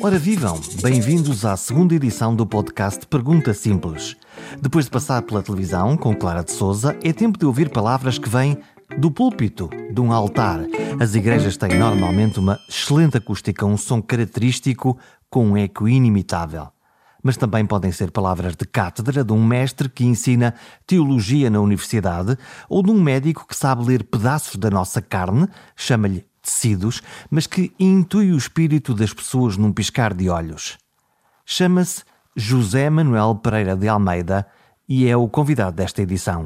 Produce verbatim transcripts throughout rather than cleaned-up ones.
Ora vivam, bem-vindos à segunda edição do podcast Pergunta Simples. Depois de passar pela televisão com Clara de Sousa, é tempo de ouvir palavras que vêm do púlpito, de um altar. As igrejas têm normalmente uma excelente acústica, um som característico com um eco inimitável. Mas também podem ser palavras de cátedra de um mestre que ensina teologia na universidade ou de um médico que sabe ler pedaços da nossa carne, chama-lhe tecidos, mas que intui o espírito das pessoas num piscar de olhos. Chama-se José Manuel Pereira de Almeida e é o convidado desta edição.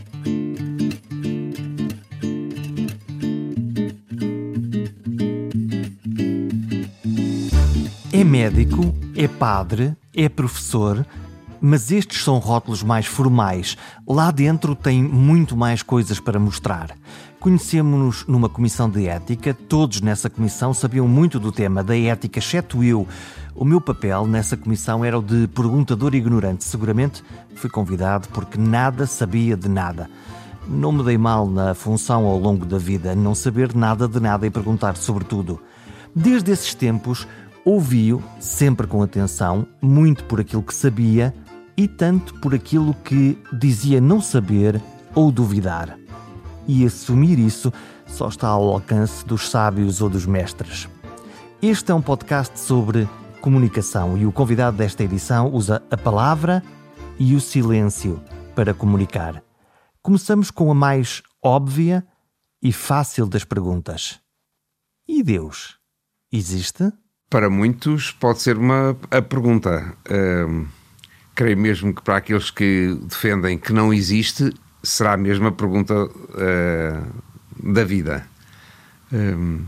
É médico, é padre, é professor, mas estes são rótulos mais formais. Lá dentro tem muito mais coisas para mostrar. Conhecemos-nos numa comissão de ética, todos nessa comissão sabiam muito do tema da ética, exceto eu. O meu papel nessa comissão era o de perguntador ignorante. Seguramente fui convidado porque nada sabia de nada. Não me dei mal na função ao longo da vida, não saber nada de nada e perguntar sobre tudo. Desde esses tempos, ouvi-o, sempre com atenção, muito por aquilo que sabia e tanto por aquilo que dizia não saber ou duvidar. E assumir isso só está ao alcance dos sábios ou dos mestres. Este é um podcast sobre comunicação e o convidado desta edição usa a palavra e o silêncio para comunicar. Começamos com a mais óbvia e fácil das perguntas. E Deus? Existe? Para muitos pode ser uma a pergunta. Uh, creio mesmo que para aqueles que defendem que não existe, será a mesma pergunta uh, da vida. Uh,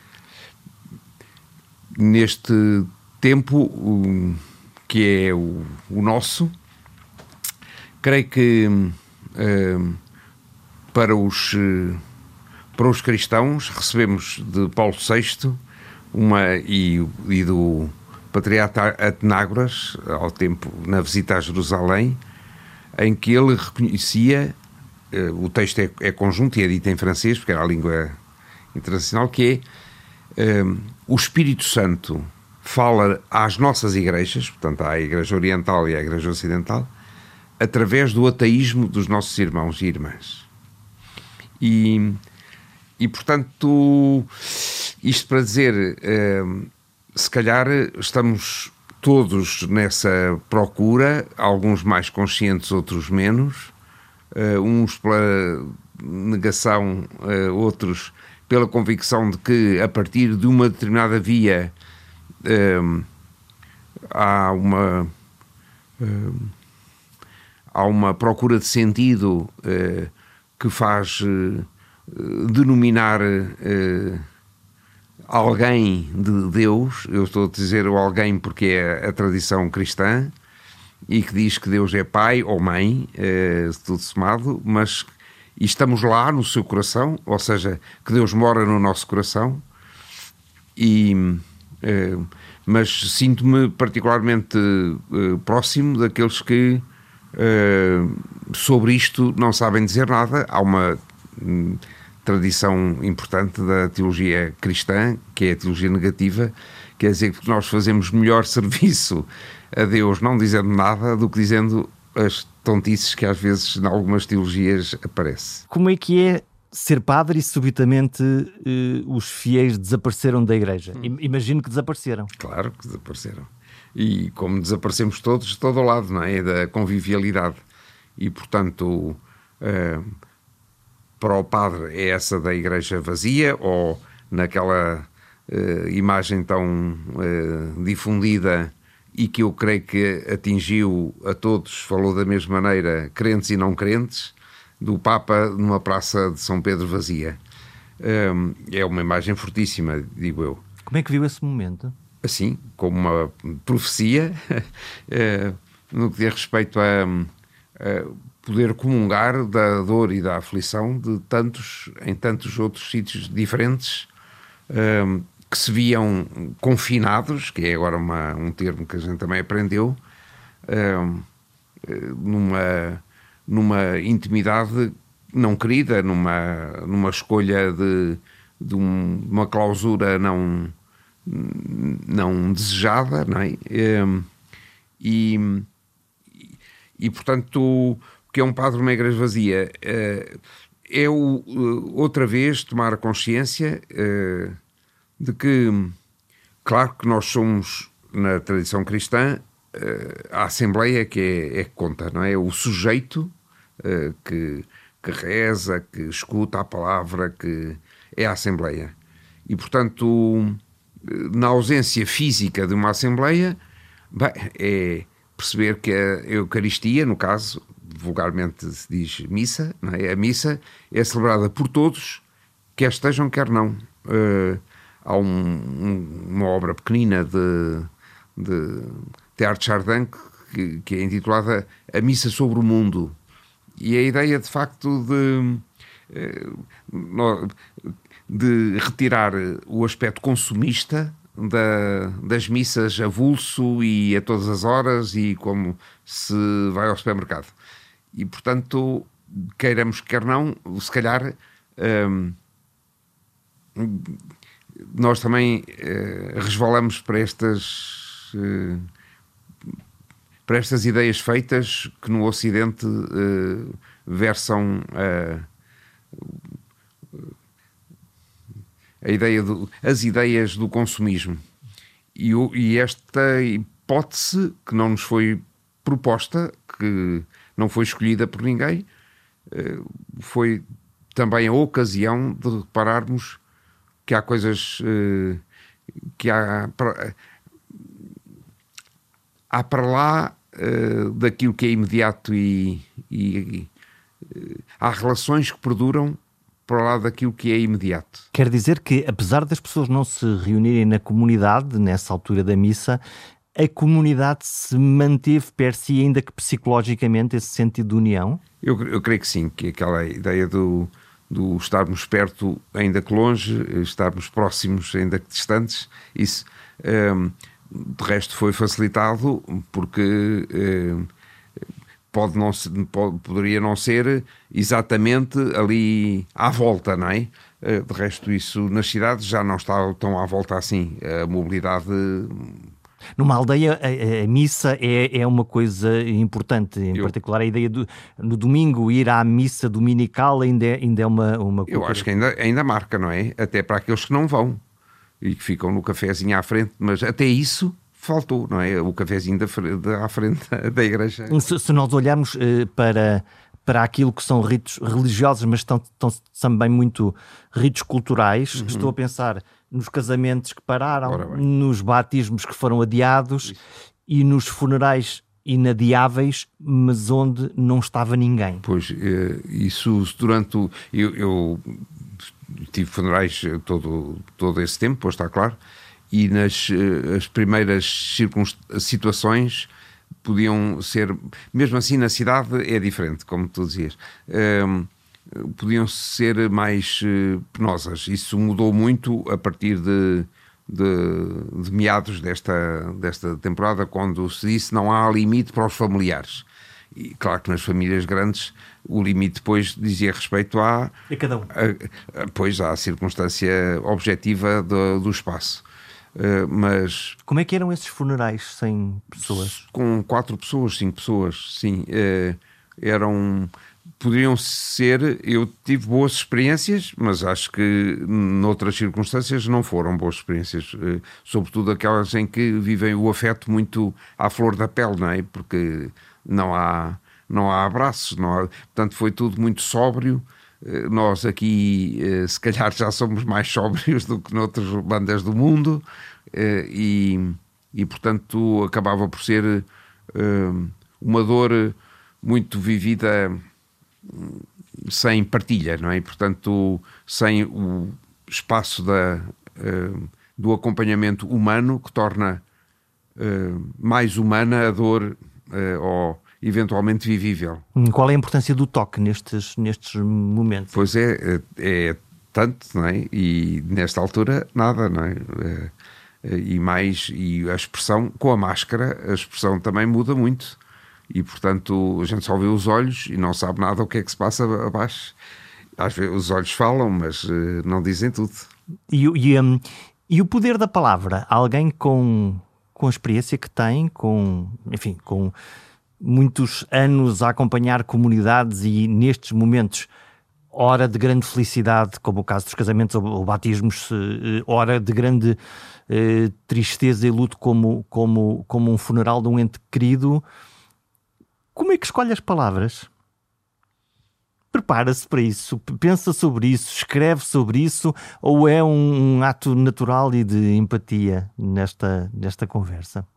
neste tempo uh, que é o, o nosso, creio que uh, para, os, uh, para os cristãos recebemos de Paulo sexto uma, e, e do patriarca Atenágoras, ao tempo, na visita a Jerusalém, em que ele reconhecia, uh, o texto é, é conjunto e é dito em francês, porque era a língua internacional, que é uh, o Espírito Santo fala às nossas igrejas, portanto à Igreja Oriental e à Igreja Ocidental, através do ateísmo dos nossos irmãos e irmãs. E, e portanto, isto para dizer, uh, se calhar estamos todos nessa procura, alguns mais conscientes, outros menos, uh, uns pela negação, uh, outros pela convicção de que a partir de uma determinada via uh, há uma uh, há uma procura de sentido uh, que faz uh, denominar uh, alguém de Deus. Eu estou a dizer o alguém porque é a tradição cristã e que diz que Deus é pai ou mãe, é, tudo somado, mas e estamos lá no seu coração, ou seja, que Deus mora no nosso coração, e, é, mas sinto-me particularmente é, próximo daqueles que é, sobre isto não sabem dizer nada. Há uma tradição importante da teologia cristã, que é a teologia negativa, quer dizer que nós fazemos melhor serviço a Deus não dizendo nada do que dizendo as tontices que às vezes em algumas teologias aparece. Como é que é ser padre e subitamente eh, os fiéis desapareceram da igreja? Hum. Imagino que desapareceram. Claro que desapareceram. E como desaparecemos todos de todo o lado, não é? Da convivialidade. E portanto... Uh, para o padre é essa da igreja vazia, ou naquela uh, imagem tão uh, difundida e que eu creio que atingiu a todos, falou da mesma maneira, crentes e não crentes, do Papa numa praça de São Pedro vazia. Um, é uma imagem fortíssima, digo eu. Como é que viu esse momento? Assim, como uma profecia, uh, no que diz respeito a... a poder comungar da dor e da aflição de tantos, em tantos outros sítios diferentes, um, que se viam confinados, que é agora uma, um termo que a gente também aprendeu, um, numa, numa intimidade não querida, numa, numa escolha de, de um, uma clausura não, não desejada, não é? E, e portanto, o que é um padre numa igreja vazia é o, outra vez tomar a consciência de que, claro que nós somos, na tradição cristã, a Assembleia que é, é que conta, não é? O sujeito que, que reza, que escuta a palavra, que é a Assembleia. E, portanto, na ausência física de uma Assembleia, bem, é perceber que a Eucaristia, no caso, vulgarmente se diz missa, não é? A missa é celebrada por todos, quer estejam, quer não. Uh, há um, um, uma obra pequenina de, de Teilhard de Chardin que, que é intitulada A Missa sobre o Mundo. E a ideia, de facto, de, de retirar o aspecto consumista da, das missas a vulso e a todas as horas e como se vai ao supermercado. E, portanto, queiramos quer não, se calhar hum, nós também uh, resvalamos para estas uh, para estas ideias feitas que no Ocidente uh, versam uh, a ideia do, as ideias do consumismo. E, e esta hipótese que não nos foi proposta, que não foi escolhida por ninguém, uh, foi também a ocasião de repararmos que há coisas uh, que há para, há para lá uh, daquilo que é imediato e, e, e uh, há relações que perduram para lá daquilo que é imediato. Quer dizer que, apesar das pessoas não se reunirem na comunidade, nessa altura da missa, a comunidade se manteve per si, ainda que psicologicamente, esse sentido de união? Eu, eu creio que sim, que aquela ideia do, do estarmos perto ainda que longe, estarmos próximos ainda que distantes, isso um, de resto foi facilitado porque um, pode não, pode, poderia não ser exatamente ali à volta, não é? De resto isso nas cidades já não está tão à volta assim, a mobilidade... Numa aldeia, a, a missa é, é uma coisa importante, em eu, particular a ideia do no domingo ir à missa dominical ainda é, ainda é uma, uma coisa. Eu acho que ainda, ainda marca, não é? Até para aqueles que não vão e que ficam no cafezinho à frente, mas até isso faltou, não é? O cafezinho da, da, à frente da igreja. Se, se nós olharmos uh, para, para aquilo que são ritos religiosos, mas estão, estão também muito ritos culturais, uhum. Estou a pensar nos casamentos que pararam, nos batismos que foram adiados. Isso. E nos funerais inadiáveis, mas onde não estava ninguém. Pois, isso durante o... Eu, eu tive funerais todo, todo esse tempo, pois está claro, e nas as primeiras circunst... situações podiam ser... Mesmo assim, na cidade é diferente, como tu dizias. Um, podiam ser mais uh, penosas. Isso mudou muito a partir de, de, de meados desta, desta temporada, quando se disse não há limite para os familiares. E claro que nas famílias grandes o limite depois dizia respeito à... A cada um. A, a, pois, à circunstância objetiva do, do espaço. Uh, mas... Como é que eram esses funerais sem pessoas? Com quatro pessoas, cinco pessoas, sim. Uh, eram... Poderiam ser, eu tive boas experiências, mas acho que noutras circunstâncias não foram boas experiências, sobretudo aquelas em que vivem o afeto muito à flor da pele, não é? Porque não há, não há abraços, não há, portanto foi tudo muito sóbrio. Nós aqui se calhar já somos mais sóbrios do que noutras bandas do mundo e, e portanto acabava por ser uma dor muito vivida sem partilha, não é? Portanto, sem o espaço da, uh, do acompanhamento humano que torna uh, mais humana a dor uh, ou eventualmente vivível. Qual é a importância do toque nestes, nestes momentos? Pois é, é, é tanto, não é? E nesta altura nada, não é? Uh, e mais, e a expressão com a máscara, a expressão também muda muito. E, portanto, a gente só vê os olhos e não sabe nada o que é que se passa abaixo. Às vezes os olhos falam, mas uh, não dizem tudo. E, e, um, E o poder da palavra, alguém com, com a experiência que tem, com, enfim, com muitos anos a acompanhar comunidades e nestes momentos, hora de grande felicidade, como o caso dos casamentos ou, ou batismos, hora de grande eh, tristeza e luto, como, como, como um funeral de um ente querido. Como é que escolhe as palavras? Prepara-se para isso, pensa sobre isso, escreve sobre isso, ou é um, um ato natural e de empatia nesta, nesta conversa?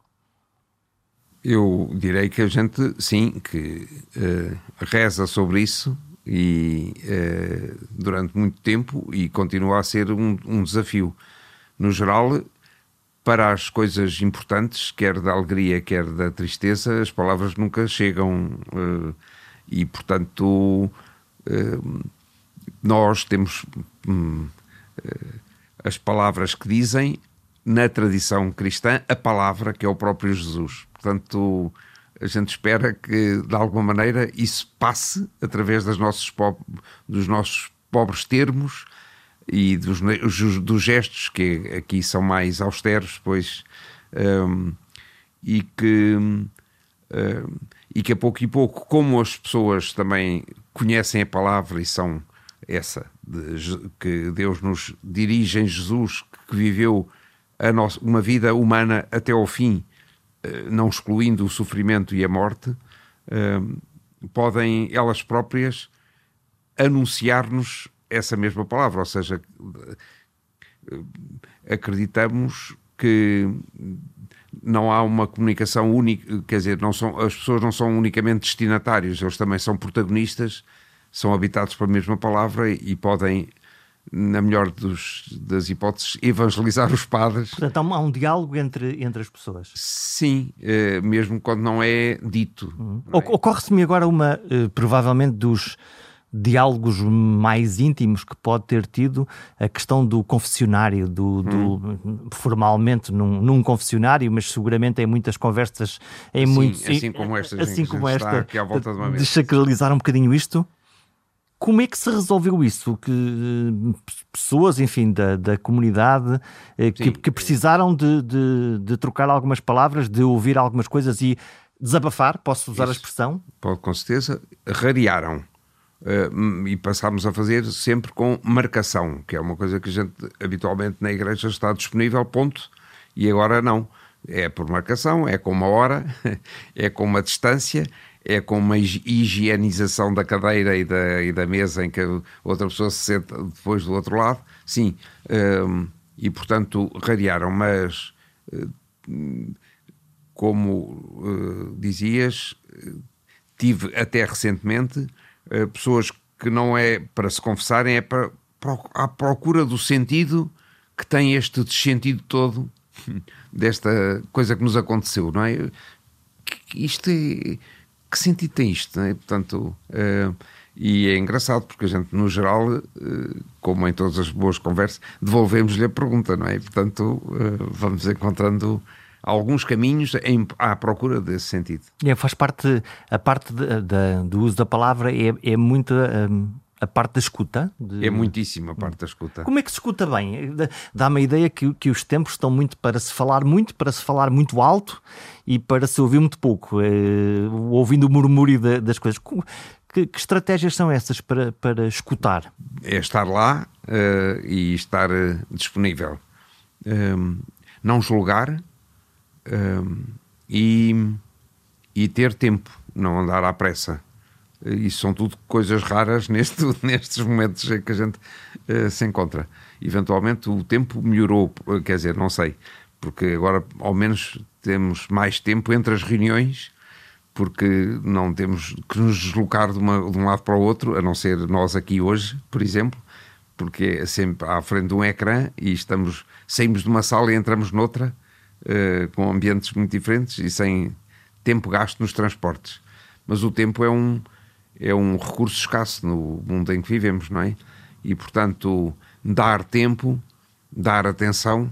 Eu direi que a gente, sim, que uh, reza sobre isso e uh, durante muito tempo, e continua a ser um, um desafio. No geral, para as coisas importantes, quer da alegria, quer da tristeza, as palavras nunca chegam uh, e, portanto... Uh, nós temos um, uh, as palavras que dizem, na tradição cristã, a palavra que é o próprio Jesus. Portanto, a gente espera que, de alguma maneira, isso passe através das nossos po- dos nossos pobres termos e dos, dos gestos, que aqui são mais austeros, pois, um, e que... Um, e que a pouco e pouco, como as pessoas também conhecem a palavra e são essa, de, que Deus nos dirige em Jesus, que viveu a nossa, uma vida humana até ao fim, não excluindo o sofrimento e a morte, podem elas próprias anunciar-nos essa mesma palavra, ou seja, acreditamos que não há uma comunicação única, quer dizer, não são, as pessoas não são unicamente destinatários, eles também são protagonistas, são habitados pela mesma palavra e podem, na melhor dos, das hipóteses, evangelizar os padres. Portanto, há um, há um diálogo entre, entre as pessoas. Sim, eh, mesmo quando não é dito. Uhum. Não é? Ocorre-se-me agora uma, eh, provavelmente dos diálogos mais íntimos que pode ter tido, a questão do confessionário, do, do hum. formalmente num, num confessionário, mas seguramente em muitas conversas, em assim, muitos, assim como esta, assim como esta, aqui à volta de uma mesa. Desacralizar um bocadinho isto. Como é que se resolveu isso? Que pessoas, enfim, da, da comunidade que, que precisaram de, de, de trocar algumas palavras, de ouvir algumas coisas e desabafar, posso usar isso, a expressão? Pode, com certeza, rarearam. Uh, e passámos a fazer sempre com marcação, que é uma coisa que a gente habitualmente na igreja está disponível, ponto, e agora não. É por marcação, é com uma hora, é com uma distância, é com uma higienização da cadeira e da, e da mesa em que a outra pessoa se senta depois do outro lado. Sim, uh, e portanto rarearam, mas uh, como uh, dizias, tive até recentemente Uh, pessoas que não é para se confessarem, é para, para, à procura do sentido que tem este dessentido todo desta coisa que nos aconteceu, não é? Que, isto é, que sentido tem isto, não é? Portanto, uh, e é engraçado porque a gente, no geral, uh, como em todas as boas conversas, devolvemos-lhe a pergunta, não é? Portanto, uh, vamos encontrando alguns caminhos em, à procura desse sentido. É, faz parte, a parte de, de, do uso da palavra é, é muito um, a parte da escuta. De... É muitíssimo a parte da escuta. Como é que se escuta bem? Dá-me a ideia que, que os tempos estão muito para se falar muito, para se falar muito alto e para se ouvir muito pouco, é, ouvindo o murmúrio de, das coisas. Que, que estratégias são essas para, para escutar? É estar lá uh, e estar uh, disponível. Um, não julgar. Um, e, e ter tempo, não andar à pressa. Isso são tudo coisas raras neste, nestes momentos em que a gente uh, se encontra. Eventualmente o tempo melhorou, quer dizer, não sei, porque agora ao menos temos mais tempo entre as reuniões, porque não temos que nos deslocar de, uma, de um lado para o outro, a não ser nós aqui hoje, por exemplo, porque é sempre à frente de um ecrã e estamos, saímos de uma sala e entramos noutra, Uh, com ambientes muito diferentes e sem tempo gasto nos transportes. Mas o tempo é um, é um recurso escasso no mundo em que vivemos, não é? E, portanto, dar tempo, dar atenção,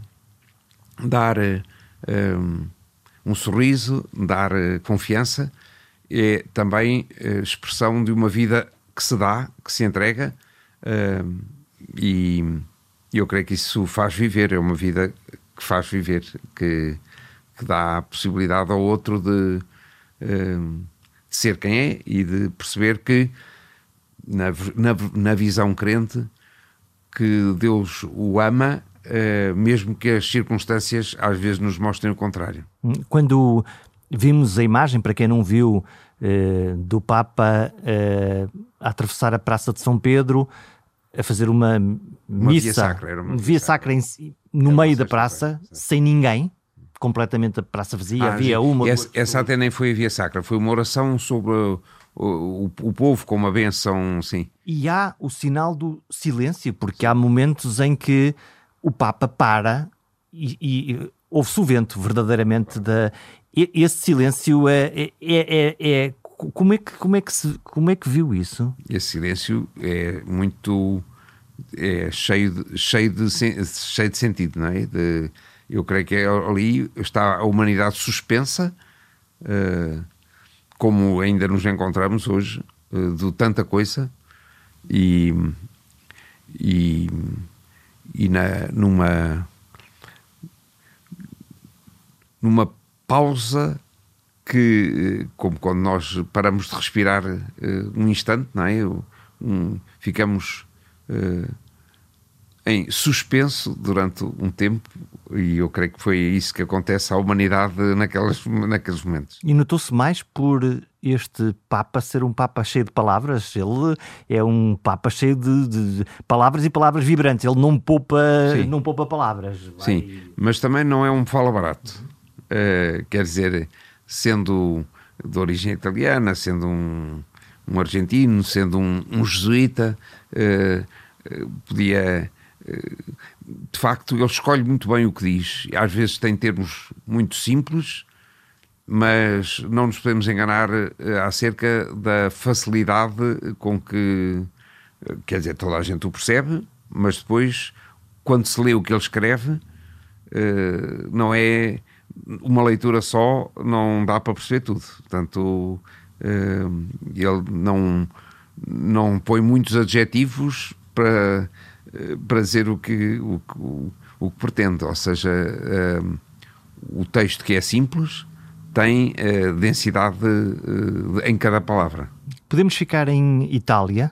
dar uh, um, um sorriso, dar uh, confiança, é também uh, expressão de uma vida que se dá, que se entrega uh, e, eu creio que isso faz viver, é uma vida que faz viver, que, que dá a possibilidade ao outro de, de ser quem é e de perceber que na, na, na visão crente que Deus o ama, mesmo que as circunstâncias às vezes nos mostrem o contrário. Quando vimos a imagem, para quem não viu, do Papa a atravessar a Praça de São Pedro, a fazer uma, uma missa, via sacra, era uma via, via sacra em, no meio da praça, sem ninguém, completamente a praça vazia, ah, havia uma... Essa, essa até nem foi a via sacra, foi uma oração sobre o, o, o povo com uma benção, sim. E há o sinal do silêncio, porque há momentos em que o Papa para e, e ouve-se o vento, verdadeiramente, da... Esse silêncio é... é, é, é Como é, que, como, é que se, como é que viu isso? Esse silêncio é muito é cheio, de, cheio, de, cheio de sentido, não é? De, eu creio que ali está a humanidade suspensa, uh, como ainda nos encontramos hoje, uh, de tanta coisa, e, e, e na, numa, numa pausa que, como quando nós paramos de respirar uh, um instante, não é? Um, ficamos uh, em suspenso durante um tempo, e eu creio que foi isso que acontece à humanidade naquelas, naqueles momentos. E notou-se mais por este Papa ser um Papa cheio de palavras. Ele é um Papa cheio de, de palavras e palavras vibrantes. Ele não poupa, não poupa palavras. Vai... Sim, mas também não é um fala barato. Uh, quer dizer... sendo de origem italiana, sendo um, um argentino, sendo um, um jesuíta, eh, podia... Eh, de facto, ele escolhe muito bem o que diz. Às vezes tem termos muito simples, mas não nos podemos enganar eh, acerca da facilidade com que... Quer dizer, toda a gente o percebe, mas depois, quando se lê o que ele escreve, eh, não é... uma leitura só não dá para perceber tudo. Portanto, ele não, não põe muitos adjetivos para, para dizer o que, o, o, o que pretende. Ou seja, o texto, que é simples, tem densidade em cada palavra. Podemos ficar em Itália.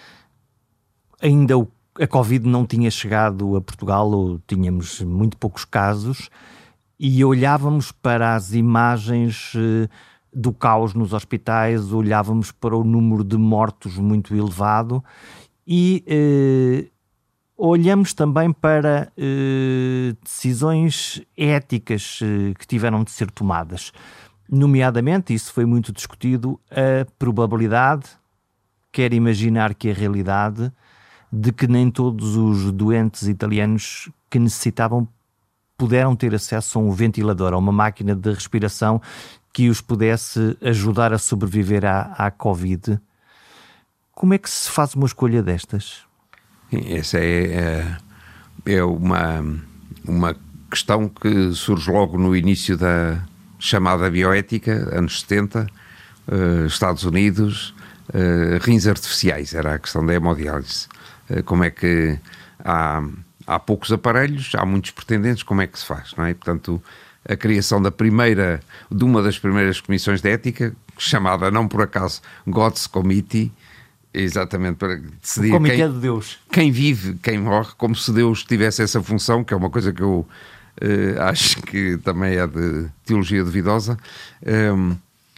Ainda a Covid não tinha chegado a Portugal, ou tínhamos muito poucos casos, e olhávamos para as imagens do caos nos hospitais, olhávamos para o número de mortos muito elevado e eh, olhamos também para eh, decisões éticas eh, que tiveram de ser tomadas. Nomeadamente, isso foi muito discutido, a probabilidade, quer imaginar que a realidade, de que nem todos os doentes italianos que necessitavam puderam ter acesso a um ventilador, a uma máquina de respiração que os pudesse ajudar a sobreviver à, à Covid. Como é que se faz uma escolha destas? Essa é, é uma, uma questão que surge logo no início da chamada bioética, anos setenta, uh, Estados Unidos, uh, rins artificiais, era a questão da hemodiálise. Uh, como é que há... Há poucos aparelhos, há muitos pretendentes, como é que se faz, não é? Portanto, a criação da primeira, de uma das primeiras comissões de ética, chamada, não por acaso, God's Committee, exatamente para decidir o quem, de Deus. quem vive, quem morre, como se Deus tivesse essa função, que é uma coisa que eu uh, acho que também é de teologia duvidosa. Um,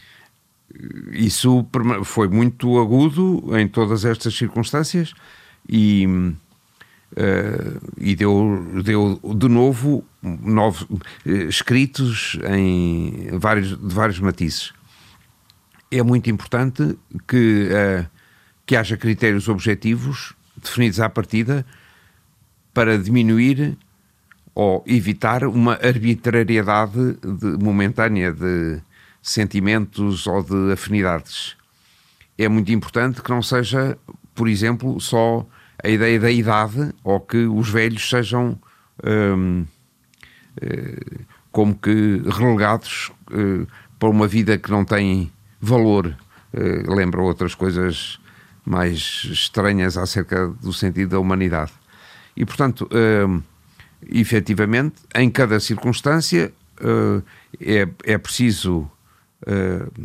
isso foi muito agudo em todas estas circunstâncias e... Uh, e deu, deu de novo novos, uh, escritos em vários, de vários matizes. É muito importante que, uh, que haja critérios objetivos definidos à partida para diminuir ou evitar uma arbitrariedade de, momentânea de sentimentos ou de afinidades. É muito importante que não seja, por exemplo, só a ideia da idade, ou que os velhos sejam hum, hum, como que relegados hum, para uma vida que não tem valor. Hum, lembra outras coisas mais estranhas acerca do sentido da humanidade. E, portanto, uh, efetivamente, em cada circunstância uh, é, é preciso uh,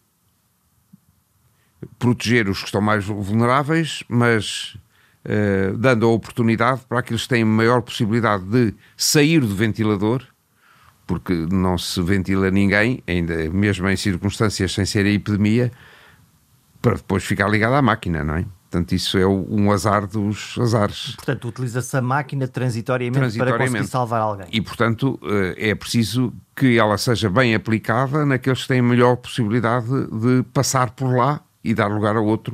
proteger os que estão mais vulneráveis, mas uh, dando a oportunidade para aqueles que têm maior possibilidade de sair do ventilador, porque não se ventila ninguém, ainda mesmo em circunstâncias sem ser a epidemia, para depois ficar ligado à máquina, não é? Portanto, isso é um azar dos azares. Portanto, utiliza-se a máquina transitoriamente, transitoriamente para conseguir salvar alguém. E, portanto, é preciso que ela seja bem aplicada naqueles que têm a melhor possibilidade de passar por lá e dar lugar a outro,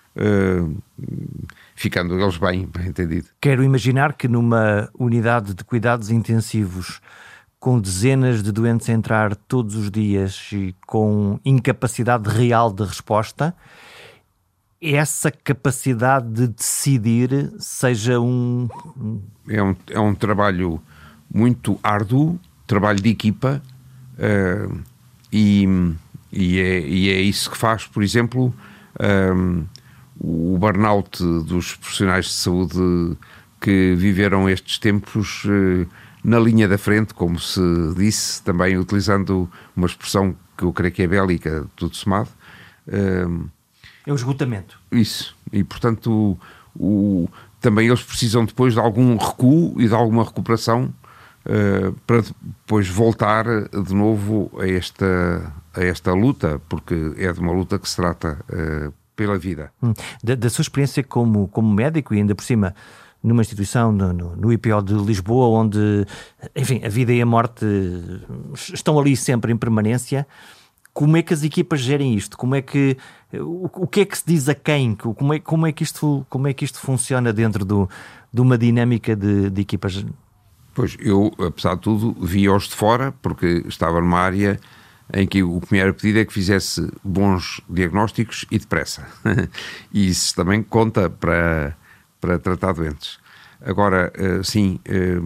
ficando eles bem, bem entendido. Quero imaginar que numa unidade de cuidados intensivos, com dezenas de doentes a entrar todos os dias e com incapacidade real de resposta, essa capacidade de decidir seja um... É um, é um trabalho muito árduo, trabalho de equipa, uh, e, e, é, e é isso que faz, por exemplo, um, o burnout dos profissionais de saúde que viveram estes tempos uh, na linha da frente, como se disse, também utilizando uma expressão que eu creio que é bélica, tudo somado. Uh, É o esgotamento. Isso. E, portanto, o, o, também eles precisam depois de algum recuo e de alguma recuperação uh, para depois voltar de novo a esta, a esta luta, porque é de uma luta que se trata uh, pela vida. Hum. Da, da sua experiência como, como médico e ainda por cima numa instituição no, no, no I P O de Lisboa, onde, enfim, a vida e a morte estão ali sempre em permanência, como é que as equipas gerem isto? Como é que, o, o que é que se diz a quem? Como é, como é, que, isto, como é que isto funciona dentro do, de uma dinâmica de, de equipas? Pois, eu, apesar de tudo, vi-os de fora, porque estava numa área em que o que me era pedido é que fizesse bons diagnósticos e depressa. E isso também conta para, para tratar doentes. Agora, sim,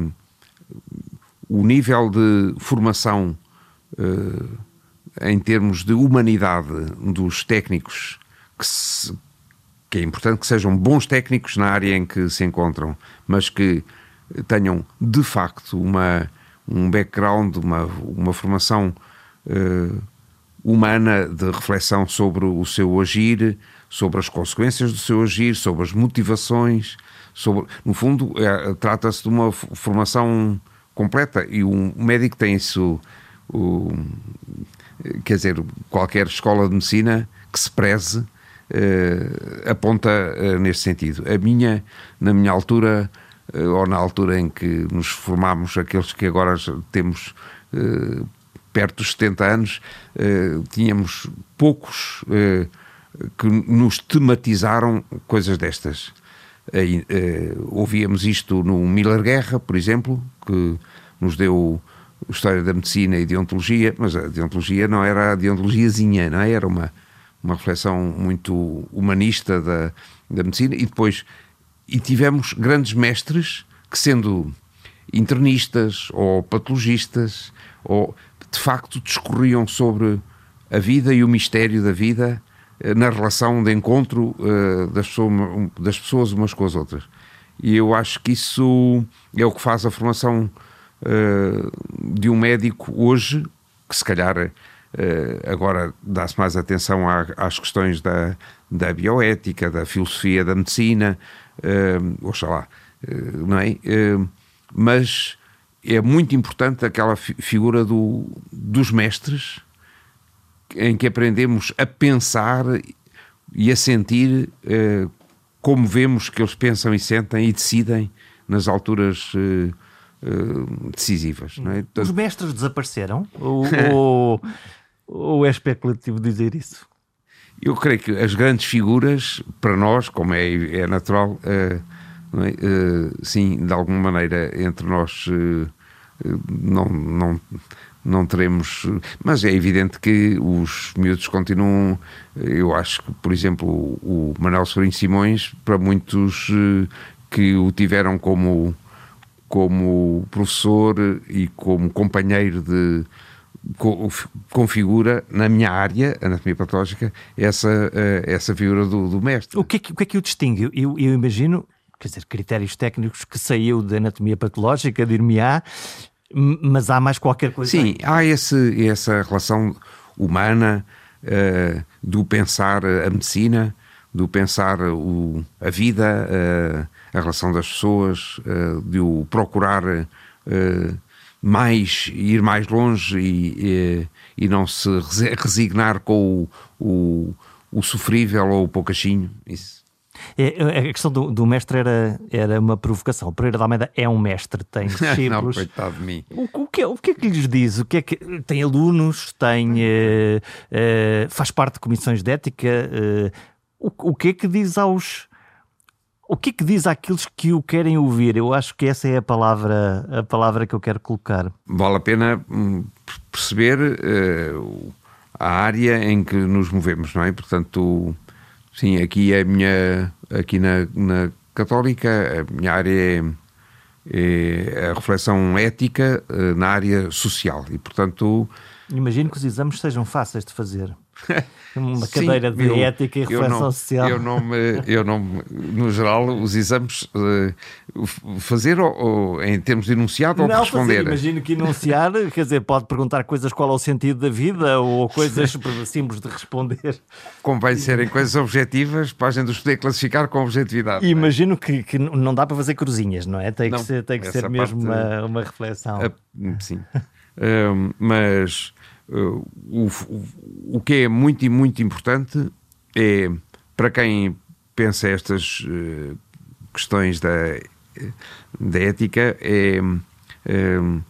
o nível de formação em termos de humanidade dos técnicos, que, se, que é importante que sejam bons técnicos na área em que se encontram, mas que tenham de facto uma, um background, uma, uma formação uh, humana de reflexão sobre o seu agir, sobre as consequências do seu agir, sobre as motivações, sobre, no fundo é, trata-se de uma formação completa, e um médico tem isso. O, quer dizer, qualquer escola de medicina que se preze uh, aponta uh, neste sentido. A minha, na minha altura, uh, ou na altura em que nos formámos, aqueles que agora temos uh, perto dos setenta anos, uh, tínhamos poucos uh, que nos tematizaram coisas destas. Uh, uh, ouvíamos isto no Miller Guerra, por exemplo, que nos deu História da Medicina e Deontologia, mas a Deontologia não era a deontologiazinha, não é? Era uma, uma reflexão muito humanista da, da medicina, e depois e tivemos grandes mestres que, sendo internistas ou patologistas, ou de facto discorriam sobre a vida e o mistério da vida na relação de encontro uh, das, pessoas, das pessoas umas com as outras. E eu acho que isso é o que faz a formação Uh, de um médico hoje, que se calhar uh, agora dá-se mais atenção à, às questões da, da bioética, da filosofia da medicina, uh, oxalá, uh, não é? Uh, mas é muito importante aquela fi- figura do, dos mestres, em que aprendemos a pensar e a sentir uh, como vemos que eles pensam e sentem e decidem nas alturas uh, Uh, decisivas, não é? Os mestres desapareceram? ou, ou, ou é especulativo dizer isso? Eu creio que as grandes figuras, para nós, como é, é natural, uh, não é? Uh, sim, de alguma maneira, entre nós uh, não, não, não teremos, mas é evidente que os miúdos continuam. Eu acho que, por exemplo, o Manuel Sobrinho Simões, para muitos uh, que o tiveram como como professor e como companheiro de configura na minha área, anatomia patológica, essa, essa figura do, do mestre. O que, é que, o que é que o distingue? Eu, eu imagino quer dizer, critérios técnicos que saiu da anatomia patológica, dir-me-á, mas há mais qualquer coisa. Sim, há esse, essa relação humana uh, do pensar a medicina, do pensar o, a vida, uh, a relação das pessoas, uh, de o procurar uh, mais, ir mais longe e, e, e não se resignar com o, o, o sofrível ou o poucachinho. Isso. É, a questão do, do mestre era, era uma provocação. O Pereira de Almeida é um mestre, tem discípulos. Não, coitado de mim. O, o, que é, o que é que lhes diz? O que é que, tem alunos, tem, uh, uh, faz parte de comissões de ética. Uh, o, o que é que diz aos... O que é que diz àqueles que o querem ouvir? Eu acho que essa é a palavra, a palavra que eu quero colocar. Vale a pena perceber uh, a área em que nos movemos, não é? Portanto... Sim, aqui é a minha, aqui na, na Católica, a minha área é, é a reflexão ética na área social e, portanto... Imagino que os exames sejam fáceis de fazer. Uma cadeira Sim, de eu, ética e reflexão eu não, social. Eu não, me, eu não me, no geral, os exames uh, fazer ou, ou, em termos de enunciado ou de responder. Fazer, imagino que enunciar, quer dizer, pode perguntar coisas qual é o sentido da vida ou coisas simples de responder. Convém serem coisas objetivas para a gente os poder classificar com objetividade. Imagino que, que não dá para fazer cruzinhas, não é? Tem não, que ser, tem que ser mesmo parte, uma, uma reflexão. A, sim. uh, mas... Uh, o, o, o que é muito e muito importante é, para quem pensa estas uh, questões da, da ética, é uh,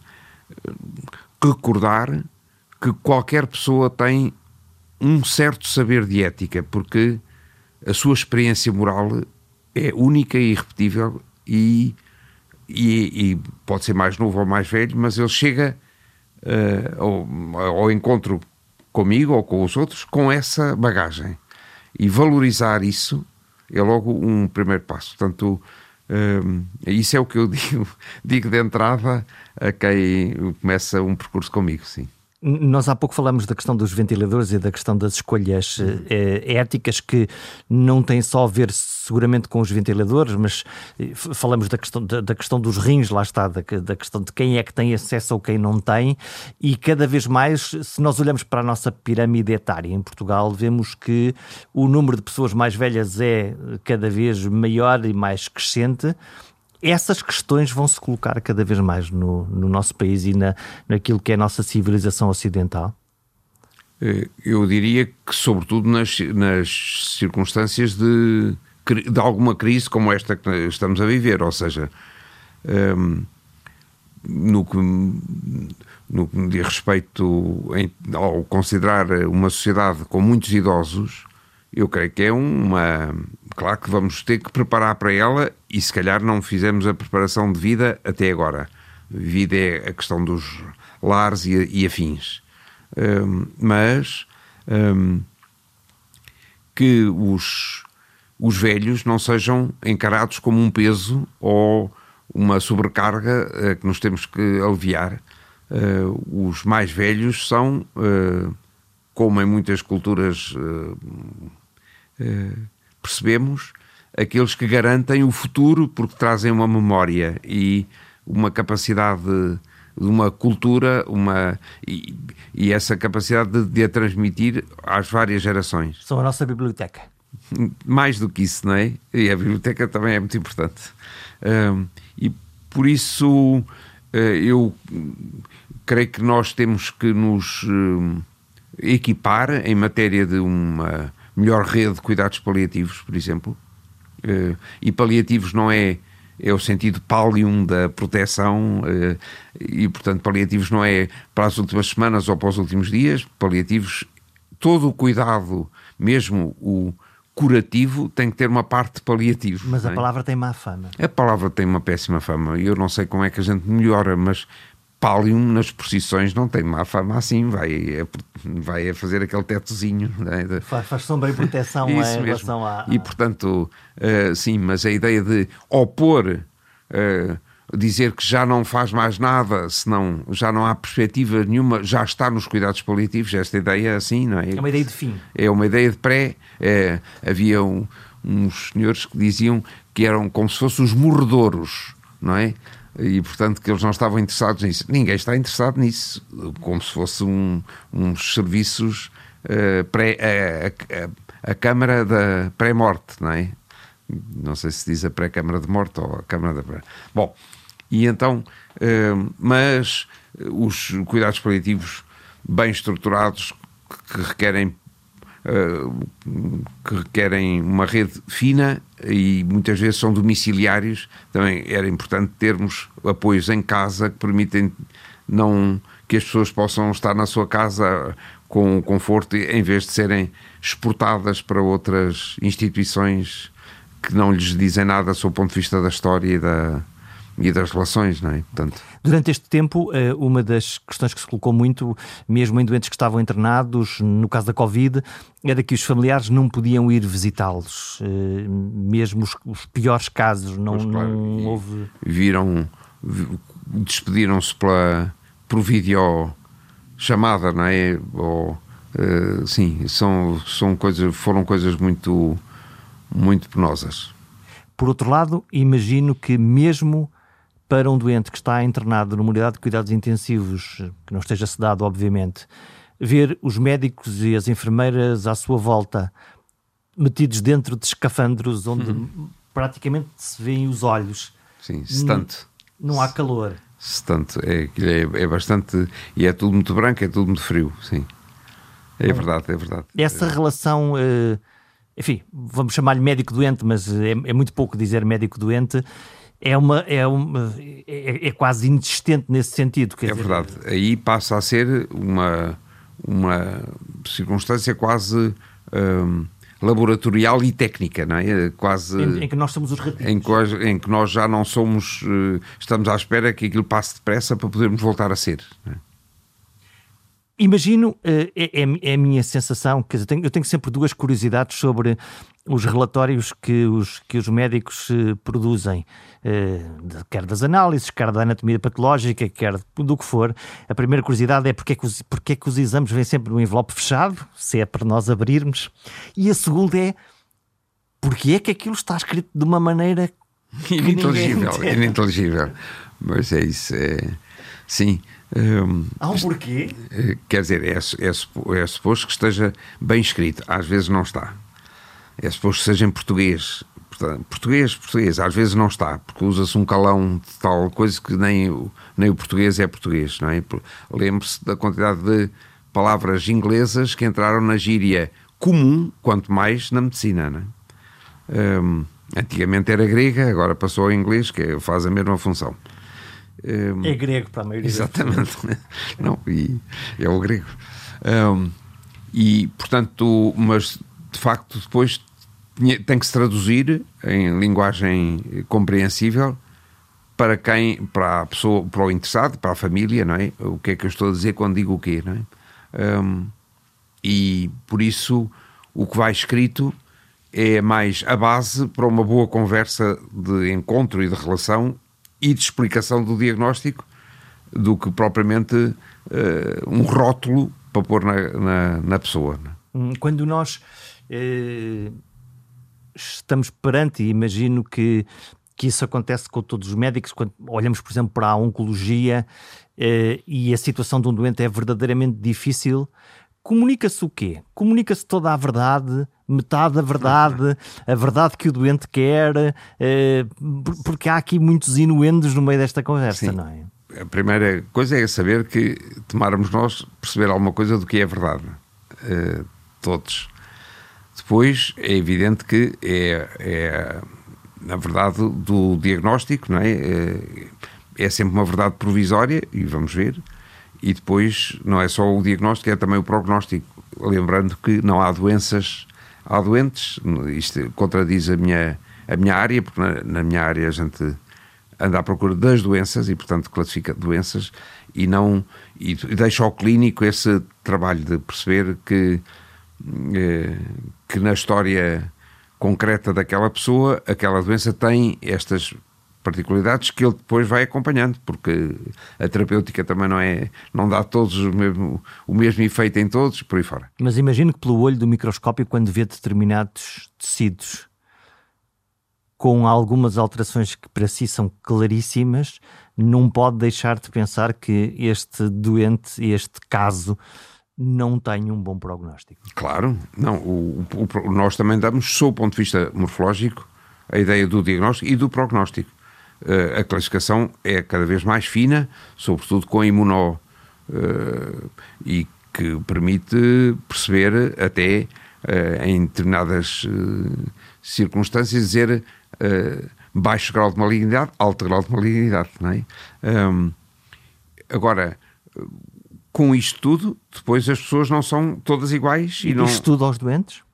recordar que qualquer pessoa tem um certo saber de ética, porque a sua experiência moral é única e irrepetível e, e, e pode ser mais novo ou mais velho, mas ele chega Uh, ao, ao encontro comigo ou com os outros com essa bagagem, e valorizar isso é logo um primeiro passo. Portanto, uh, isso é o que eu digo, digo de entrada a quem começa um percurso comigo, sim. Nós há pouco falamos da questão dos ventiladores e da questão das escolhas eh, éticas, que não têm só a ver seguramente com os ventiladores, mas falamos da questão, da, da questão dos rins, lá está, da, da questão de quem é que tem acesso ou quem não tem, e cada vez mais, se nós olhamos para a nossa pirâmide etária em Portugal, vemos que o número de pessoas mais velhas é cada vez maior e mais crescente. Essas questões vão-se colocar cada vez mais no, no nosso país e na, naquilo que é a nossa civilização ocidental? Eu diria que, sobretudo, nas, nas circunstâncias de, de alguma crise como esta que estamos a viver, ou seja, um, no, que, no que me diz respeito em, ao considerar uma sociedade com muitos idosos, eu creio que é uma... Claro que vamos ter que preparar para ela e se calhar não fizemos a preparação de vida até agora. Vida é a questão dos lares e, e afins. Um, mas um, que os, os velhos não sejam encarados como um peso ou uma sobrecarga uh, que nos temos que aliviar. Uh, os mais velhos são, uh, como em muitas culturas... Uh, uh, percebemos, aqueles que garantem o futuro porque trazem uma memória e uma capacidade de, de uma cultura uma, e, e essa capacidade de, de a transmitir às várias gerações. São a nossa biblioteca. Mais do que isso, não é? E a biblioteca também é muito importante. Um, e por isso uh, eu creio que nós temos que nos uh, equipar em matéria de uma melhor rede de cuidados paliativos, por exemplo. Uh, e paliativos não é, é o sentido pallium da proteção, uh, e portanto paliativos não é para as últimas semanas ou para os últimos dias. Paliativos, todo o cuidado, mesmo o curativo, tem que ter uma parte de paliativo. Mas a é? palavra tem má fama. A palavra tem uma péssima fama e eu não sei como é que a gente melhora, mas Pallium nas procissões não tem má fama assim, vai, vai a fazer aquele tetozinho, né? De... faz, faz sombra e proteção em mesmo. Relação à... E portanto, uh, sim, mas a ideia de opor, uh, dizer que já não faz mais nada, senão já não há perspectiva nenhuma, já está nos cuidados paliativos, esta ideia assim, não é? É uma ideia de fim. É uma ideia de pré, é, havia um, uns senhores que diziam que eram como se fossem os morredouros, não é? E, portanto, que eles não estavam interessados nisso. Ninguém está interessado nisso, como se fosse um, uns serviços uh, pré, a, a, a Câmara da pré-morte, não é? Não sei se diz a pré-Câmara de morte ou a Câmara da pré... Bom, e então, uh, mas os cuidados paliativos bem estruturados, que requerem que requerem uma rede fina e muitas vezes são domiciliários, também era importante termos apoios em casa que permitem não, que as pessoas possam estar na sua casa com conforto em vez de serem exportadas para outras instituições que não lhes dizem nada sob o ponto de vista da história e da e das relações, não é? Portanto... Durante este tempo, uma das questões que se colocou muito, mesmo em doentes que estavam internados, no caso da Covid, era que os familiares não podiam ir visitá-los. Mesmo os, os piores casos, não, pois, claro, não houve... Viram, despediram-se pela, por vídeo chamada, não é? Ou, uh, sim, são, são coisas, foram coisas muito, muito penosas. Por outro lado, imagino que mesmo para um doente que está internado numa unidade de cuidados intensivos, que não esteja sedado, obviamente, ver os médicos e as enfermeiras à sua volta metidos dentro de escafandros onde uhum. praticamente se vêem os olhos. Sim, sedante. Não, não há calor. Sedante. É, é, é bastante... E é tudo muito branco, é tudo muito frio, sim. É Bom, verdade, é verdade. Essa é. relação... Uh, enfim, vamos chamar-lhe médico-doente, mas é, é muito pouco dizer médico-doente... É, uma, é, uma, é, é quase inexistente nesse sentido. Quer é dizer... verdade. Aí passa a ser uma, uma circunstância quase um, laboratorial e técnica, não é? Quase, em, em que nós somos os ratinhos. Em que, em que nós já não somos... Uh, estamos à espera que aquilo passe depressa para podermos voltar a ser. Não é? Imagino, é, é, é a minha sensação, quer dizer, eu tenho, eu tenho sempre duas curiosidades sobre os relatórios que os, que os médicos uh, produzem, uh, quer das análises, quer da anatomia patológica, quer do que for. A primeira curiosidade é porque é que os, porque é que os exames vêm sempre num envelope fechado, se é para nós abrirmos, e a segunda é porque é que aquilo está escrito de uma maneira ininteligível, ininteligível. Mas é isso, é... sim. Um, Há um porquê? Quer dizer, é, é, é suposto que esteja bem escrito, às vezes não está. É suposto que seja em português. Portanto, português, português, às vezes não está, porque usa-se um calão de tal coisa que nem o, nem o português é português, não é? Lembre-se da quantidade de palavras inglesas que entraram na gíria comum, quanto mais na medicina, não é? Um, antigamente era grega, agora passou ao inglês, que faz a mesma função. Um, é grego para a maioria. Exatamente. Não, e é o grego. Um, e, portanto, mas de facto depois tem que se traduzir em linguagem compreensível para quem, para a pessoa, para o interessado, para a família, não é? O que é que eu estou a dizer quando digo o quê, não é? Um, e por isso o que vai escrito é mais a base para uma boa conversa de encontro e de relação e de explicação do diagnóstico do que propriamente uh, um rótulo para pôr na, na, na pessoa. Quando nós uh, estamos perante, e imagino que, que isso acontece com todos os médicos, quando olhamos, por exemplo, para a oncologia uh, e a situação de um doente é verdadeiramente difícil, comunica-se o quê? Comunica-se toda a verdade, metade da verdade, a verdade que o doente quer, eh, porque há aqui muitos inuendos no meio desta conversa, Sim. não é? A primeira coisa é saber que tomáramos nós perceber alguma coisa do que é verdade, eh, todos. Depois é evidente que é, é a verdade do diagnóstico, não é? É, é sempre uma verdade provisória, e vamos ver. E depois não é só o diagnóstico, é também o prognóstico. Lembrando que não há doenças, há doentes, isto contradiz a minha, a minha área, porque na, na minha área a gente anda à procura das doenças e, portanto, classifica doenças e, não, e deixa ao clínico esse trabalho de perceber que, eh, que na história concreta daquela pessoa, aquela doença tem estas particularidades que ele depois vai acompanhando, porque a terapêutica também não é, não dá todos o mesmo, o mesmo efeito em todos, por aí fora. Mas imagino que pelo olho do microscópio, quando vê determinados tecidos, com algumas alterações que para si são claríssimas, não pode deixar de pensar que este doente, este caso, não tem um bom prognóstico. Claro, não, o, o, nós também damos, sob o ponto de vista morfológico, a ideia do diagnóstico e do prognóstico. Uh, a classificação é cada vez mais fina, sobretudo com a imuno, uh, e que permite perceber até uh, em determinadas uh, circunstâncias dizer uh, baixo grau de malignidade, alto grau de malignidade, não é? Um, agora, com isto tudo, depois as pessoas não são todas iguais. E não... Isto tudo aos doentes?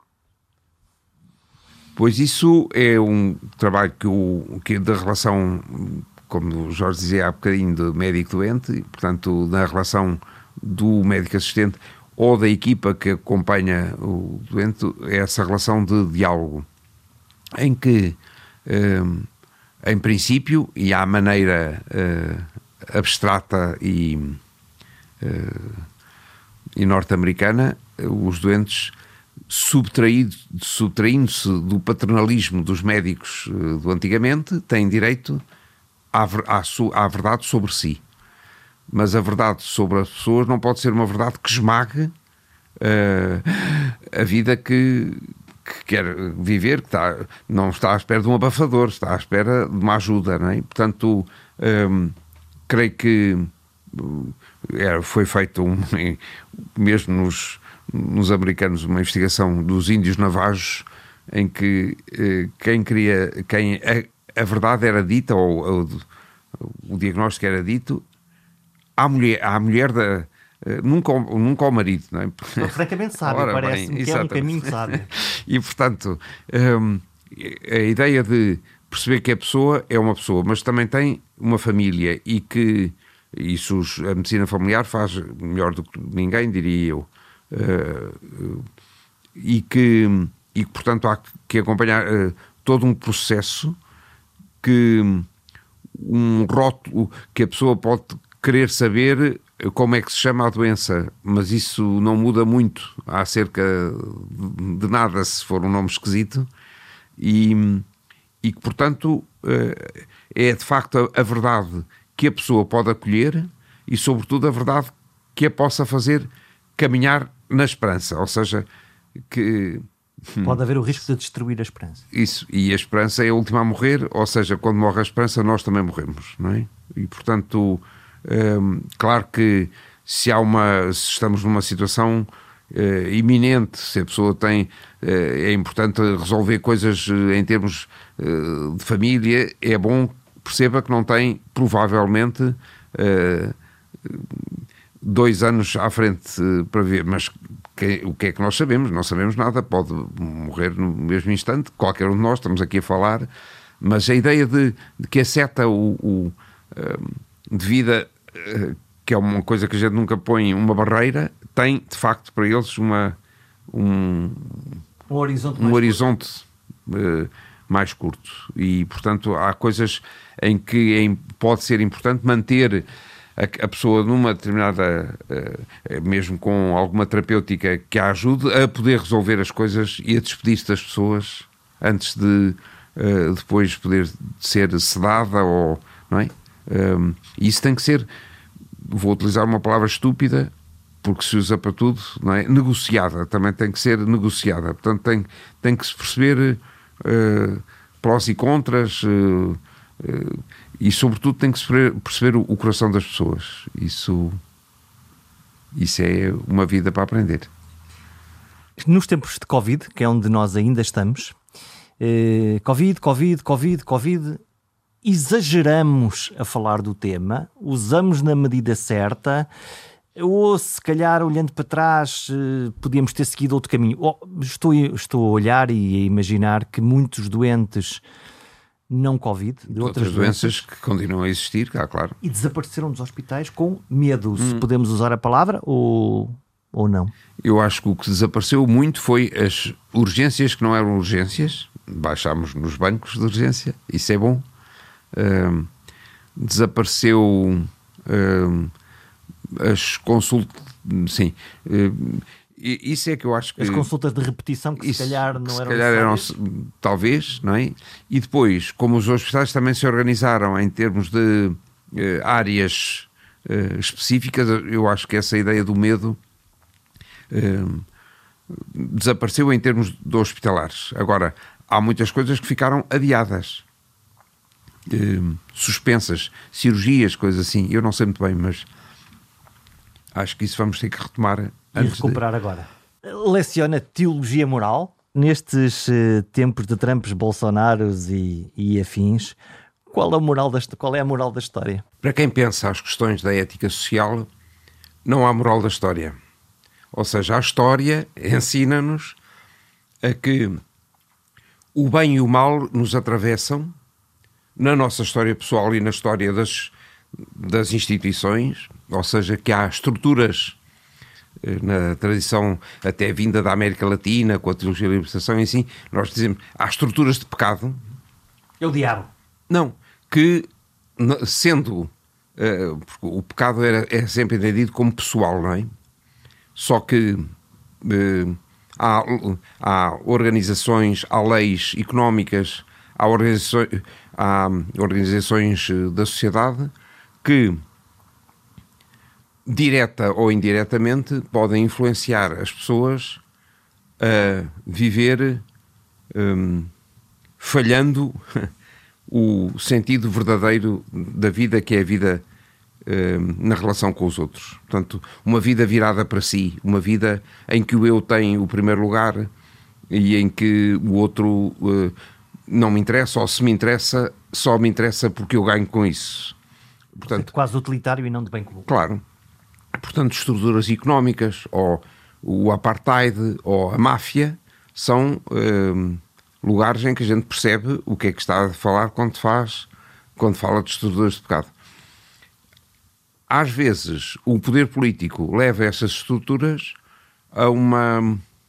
Pois isso é um trabalho que, o, que da relação, como o Jorge dizia há bocadinho, de médico-doente, portanto, na relação do médico-assistente ou da equipa que acompanha o doente, é essa relação de diálogo, em que, um, em princípio, e à maneira uh, abstrata e, uh, e norte-americana, os doentes, subtraído, subtraindo-se do paternalismo dos médicos uh, do antigamente, têm direito à, à, à verdade sobre si. Mas a verdade sobre as pessoas não pode ser uma verdade que esmague uh, a vida que, que quer viver, que está, não está à espera de um abafador, está à espera de uma ajuda, não é? Portanto, um, creio que é, foi feito um, mesmo nos, nos americanos uma investigação dos índios navajos em que uh, quem queria, quem a, a verdade era dita ou, ou o diagnóstico era dito à mulher, à mulher da, uh, nunca, ao, nunca ao marido, não é? Ele francamente sábio, parece-me que é um caminho sábio. E portanto, um, a ideia de perceber que a pessoa é uma pessoa, mas também tem uma família e que isso a medicina familiar faz melhor do que ninguém, diria eu, uh, e que, e que portanto há que acompanhar uh, todo um processo que um rótulo que a pessoa pode querer saber como é que se chama a doença, mas isso não muda muito acerca de nada se for um nome esquisito, e, e que portanto é de facto a verdade que a pessoa pode acolher e sobretudo a verdade que a possa fazer caminhar na esperança, ou seja, que... Pode haver o risco de destruir a esperança. Isso, e a esperança é a última a morrer, ou seja, quando morre a esperança nós também morremos, não é? E portanto, hum, claro que se há uma, se estamos numa situação uh, iminente, se a pessoa tem, uh, é importante resolver coisas uh, em termos uh, de família, é bom que perceba que não tem, provavelmente, uh, dois anos à frente uh, para ver, mas que, o que é que nós sabemos? Não sabemos nada, pode morrer no mesmo instante, qualquer um de nós, estamos aqui a falar, mas a ideia de, de que a seta o, o, uh, de vida, uh, que é uma coisa que a gente nunca põe uma barreira, tem de facto para eles uma, um, um horizonte, um mais, horizonte curto. Uh, mais curto, e portanto há coisas em que é, pode ser importante manter a, a pessoa numa determinada, uh, mesmo com alguma terapêutica que a ajude a poder resolver as coisas e a despedir-se das pessoas antes de uh, depois poder ser sedada, ou, não é? Um, isso tem que ser, vou utilizar uma palavra estúpida porque se usa para tudo, não é? Negociada, também tem que ser negociada, portanto tem, tem que se perceber uh, prós e contras, uh, uh, e sobretudo tem que se perceber o, o coração das pessoas. Isso, isso é uma vida para aprender. Nos tempos de Covid, que é onde nós ainda estamos, eh, Covid, Covid, Covid, Covid, exageramos a falar do tema, usamos na medida certa, ou se calhar olhando para trás eh, podíamos ter seguido outro caminho. Oh, estou, estou a olhar e a imaginar que muitos doentes não Covid, de outras, outras doenças, doenças que continuam a existir, cá, claro. E desapareceram dos hospitais com medo, hum. se podemos usar a palavra, ou, ou não? Eu acho que o que desapareceu muito foi as urgências que não eram urgências. Baixámos nos bancos de urgência, isso é bom. Uh, desapareceu uh, as consultas, sim. Uh, Isso é que eu acho que... As consultas de repetição que isso, se calhar não que se eram calhar eram, necessárias. talvez, não é? E depois, como os hospitais também se organizaram em termos de eh, áreas eh, específicas, eu acho que essa ideia do medo eh, desapareceu em termos de hospitalares. Agora, há muitas coisas que ficaram adiadas, eh, suspensas, cirurgias, coisas assim. Eu não sei muito bem, mas acho que isso vamos ter que retomar E antes recuperar de... agora. Leciona teologia moral nestes uh, tempos de Trumps, Bolsonaros e, e afins. Qual é, a moral da, qual é a moral da história? Para quem pensa as questões da ética social, não há moral da história. Ou seja, a história ensina-nos a que o bem e o mal nos atravessam na nossa história pessoal e na história das, das instituições, ou seja, que há estruturas na tradição até vinda da América Latina, com a teologia da libertação e assim, nós dizemos, há estruturas de pecado. É o diabo. Não, que sendo, uh, porque o pecado era, é sempre entendido como pessoal, não é? Só que uh, há, há organizações, há leis económicas, há organizações, há organizações da sociedade que direta ou indiretamente, podem influenciar as pessoas a viver um, falhando o sentido verdadeiro da vida, que é a vida um, na relação com os outros. Portanto, uma vida virada para si, uma vida em que o eu tem o primeiro lugar e em que o outro uh, não me interessa, ou se me interessa, só me interessa porque eu ganho com isso. Portanto, quase utilitário e não de bem comum. Claro. Portanto, estruturas económicas, ou o apartheid, ou a máfia, são um, lugares em que a gente percebe o que é que está a falar quando faz, quando fala de estruturas de pecado. Às vezes, o poder político leva essas estruturas a uma...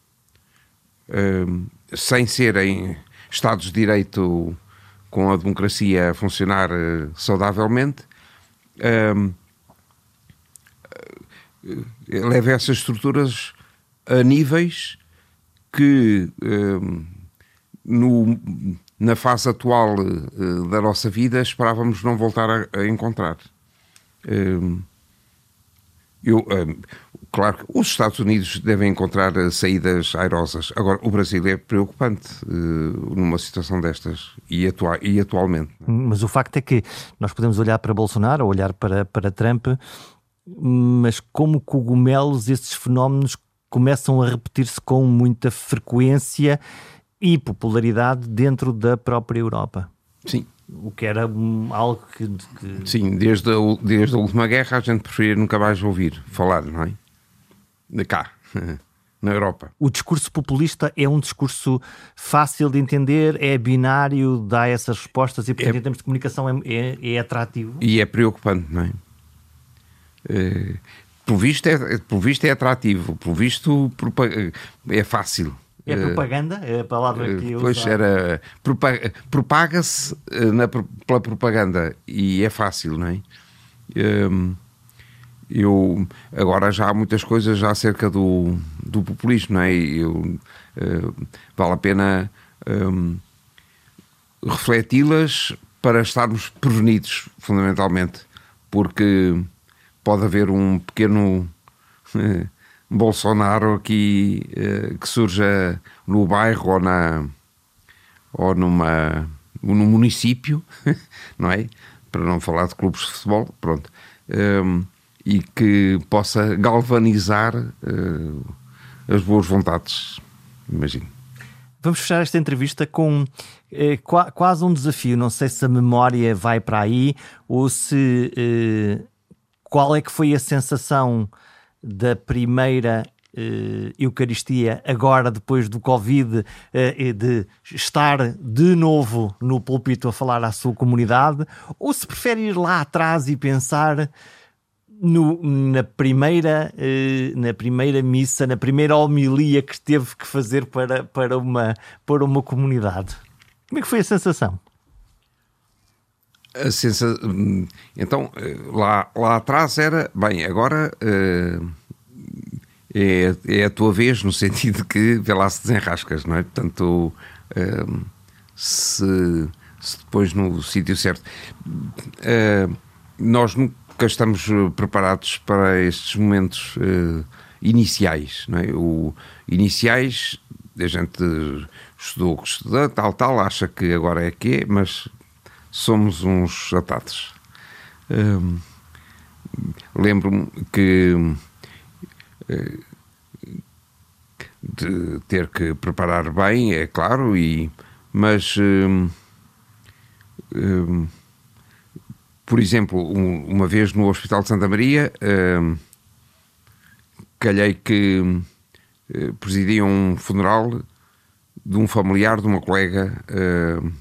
Um, sem serem Estados de Direito com a democracia a funcionar uh, saudavelmente, um, leva essas estruturas a níveis que um, no, na fase atual uh, da nossa vida esperávamos não voltar a, a encontrar. Um, eu, um, claro que os Estados Unidos devem encontrar saídas airosas. Agora, o Brasil é preocupante uh, numa situação destas e, atua e atualmente. Mas o facto é que nós podemos olhar para Bolsonaro ou olhar para, para Trump, mas como cogumelos esses fenómenos começam a repetir-se com muita frequência e popularidade dentro da própria Europa. Sim. O que era um, algo que, que... Sim, desde a, desde a última guerra a gente preferia nunca mais ouvir falar, não é? De cá, na Europa. O discurso populista é um discurso fácil de entender, é binário, dá essas respostas e, portanto, é, em termos de comunicação é, é, é atrativo. E é preocupante, não é? É, por visto é, por visto é atrativo, por visto é fácil. É propaganda? É a palavra que eu Pois usava. era, propaga-se na, pela propaganda e é fácil, não é? Eu, agora já há muitas coisas já acerca do, do populismo, não é? Eu, vale a pena um, refleti-las para estarmos prevenidos, fundamentalmente, porque pode haver um pequeno Bolsonaro aqui que surja no bairro ou, na, ou numa, num município, não é? Para não falar de clubes de futebol, pronto, um, e que possa galvanizar uh, as boas vontades, imagino. Vamos fechar esta entrevista com eh, qu quase um desafio. Não sei se a memória vai para aí ou se... Eh, qual é que foi a sensação da primeira eh, Eucaristia agora, depois do Covid, eh, de estar de novo no púlpito a falar à sua comunidade? Ou se prefere ir lá atrás e pensar no, na, primeira, eh, na primeira missa, na primeira homilia que teve que fazer para, para, uma, para uma comunidade? Como é que foi a sensação? A sensa... Então, lá, lá atrás era... Bem, agora uh, é, é a tua vez, no sentido que vê lá se desenrascas, não é? Portanto, uh, se, se depois no sítio certo. Uh, nós nunca estamos preparados para estes momentos uh, iniciais, não é? O, iniciais, a gente estudou o que estuda, tal, tal, acha que agora é que é, mas somos uns atados. Uh, lembro-me que uh, de ter que preparar bem, é claro, e, mas uh, uh, por exemplo, um, uma vez no Hospital de Santa Maria, uh, calhei que uh, presidia um funeral de um familiar de uma colega uh,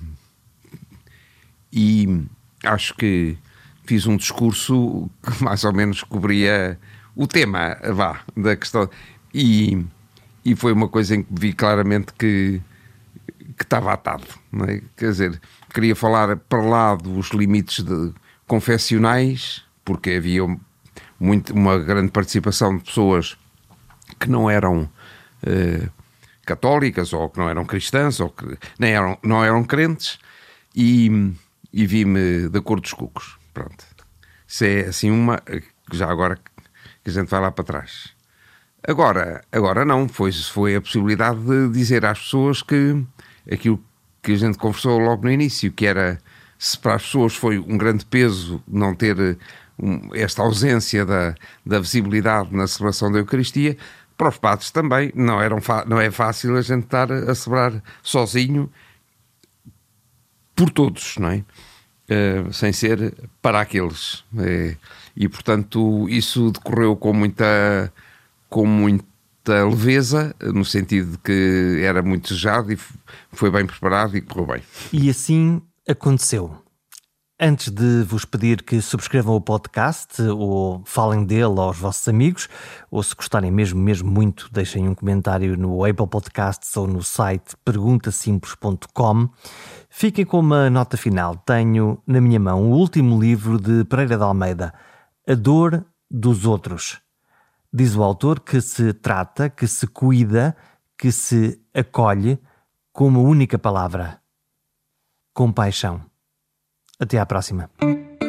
e acho que fiz um discurso que mais ou menos cobria o tema, vá, da questão, e, e foi uma coisa em que vi claramente que, que estava atado, não é? Quer dizer, queria falar para lá dos limites de, confessionais, porque havia muito, uma grande participação de pessoas que não eram uh, católicas, ou que não eram cristãs, ou que nem eram, não eram crentes, e, e vi-me de acordo dos cucos. Pronto. Isso é assim uma, já agora que a gente vai lá para trás. Agora, agora não, foi, foi a possibilidade de dizer às pessoas que aquilo que a gente conversou logo no início, que era, se para as pessoas foi um grande peso não ter um, esta ausência da, da visibilidade na celebração da Eucaristia, para os padres também não, eram, não é fácil a gente estar a celebrar sozinho por todos, não é? Uh, sem ser para aqueles. É, e, portanto, isso decorreu com muita, com muita leveza, no sentido de que era muito desejado e foi bem preparado e correu bem. E assim aconteceu. Antes de vos pedir que subscrevam o podcast ou falem dele aos vossos amigos, ou se gostarem mesmo, mesmo muito, deixem um comentário no Apple Podcasts ou no site pergunta simples ponto com. Fiquem com uma nota final. Tenho na minha mão o último livro de Pereira de Almeida, A Dor dos Outros. Diz o autor que se trata, que se cuida, que se acolhe com uma única palavra: compaixão. Até à próxima.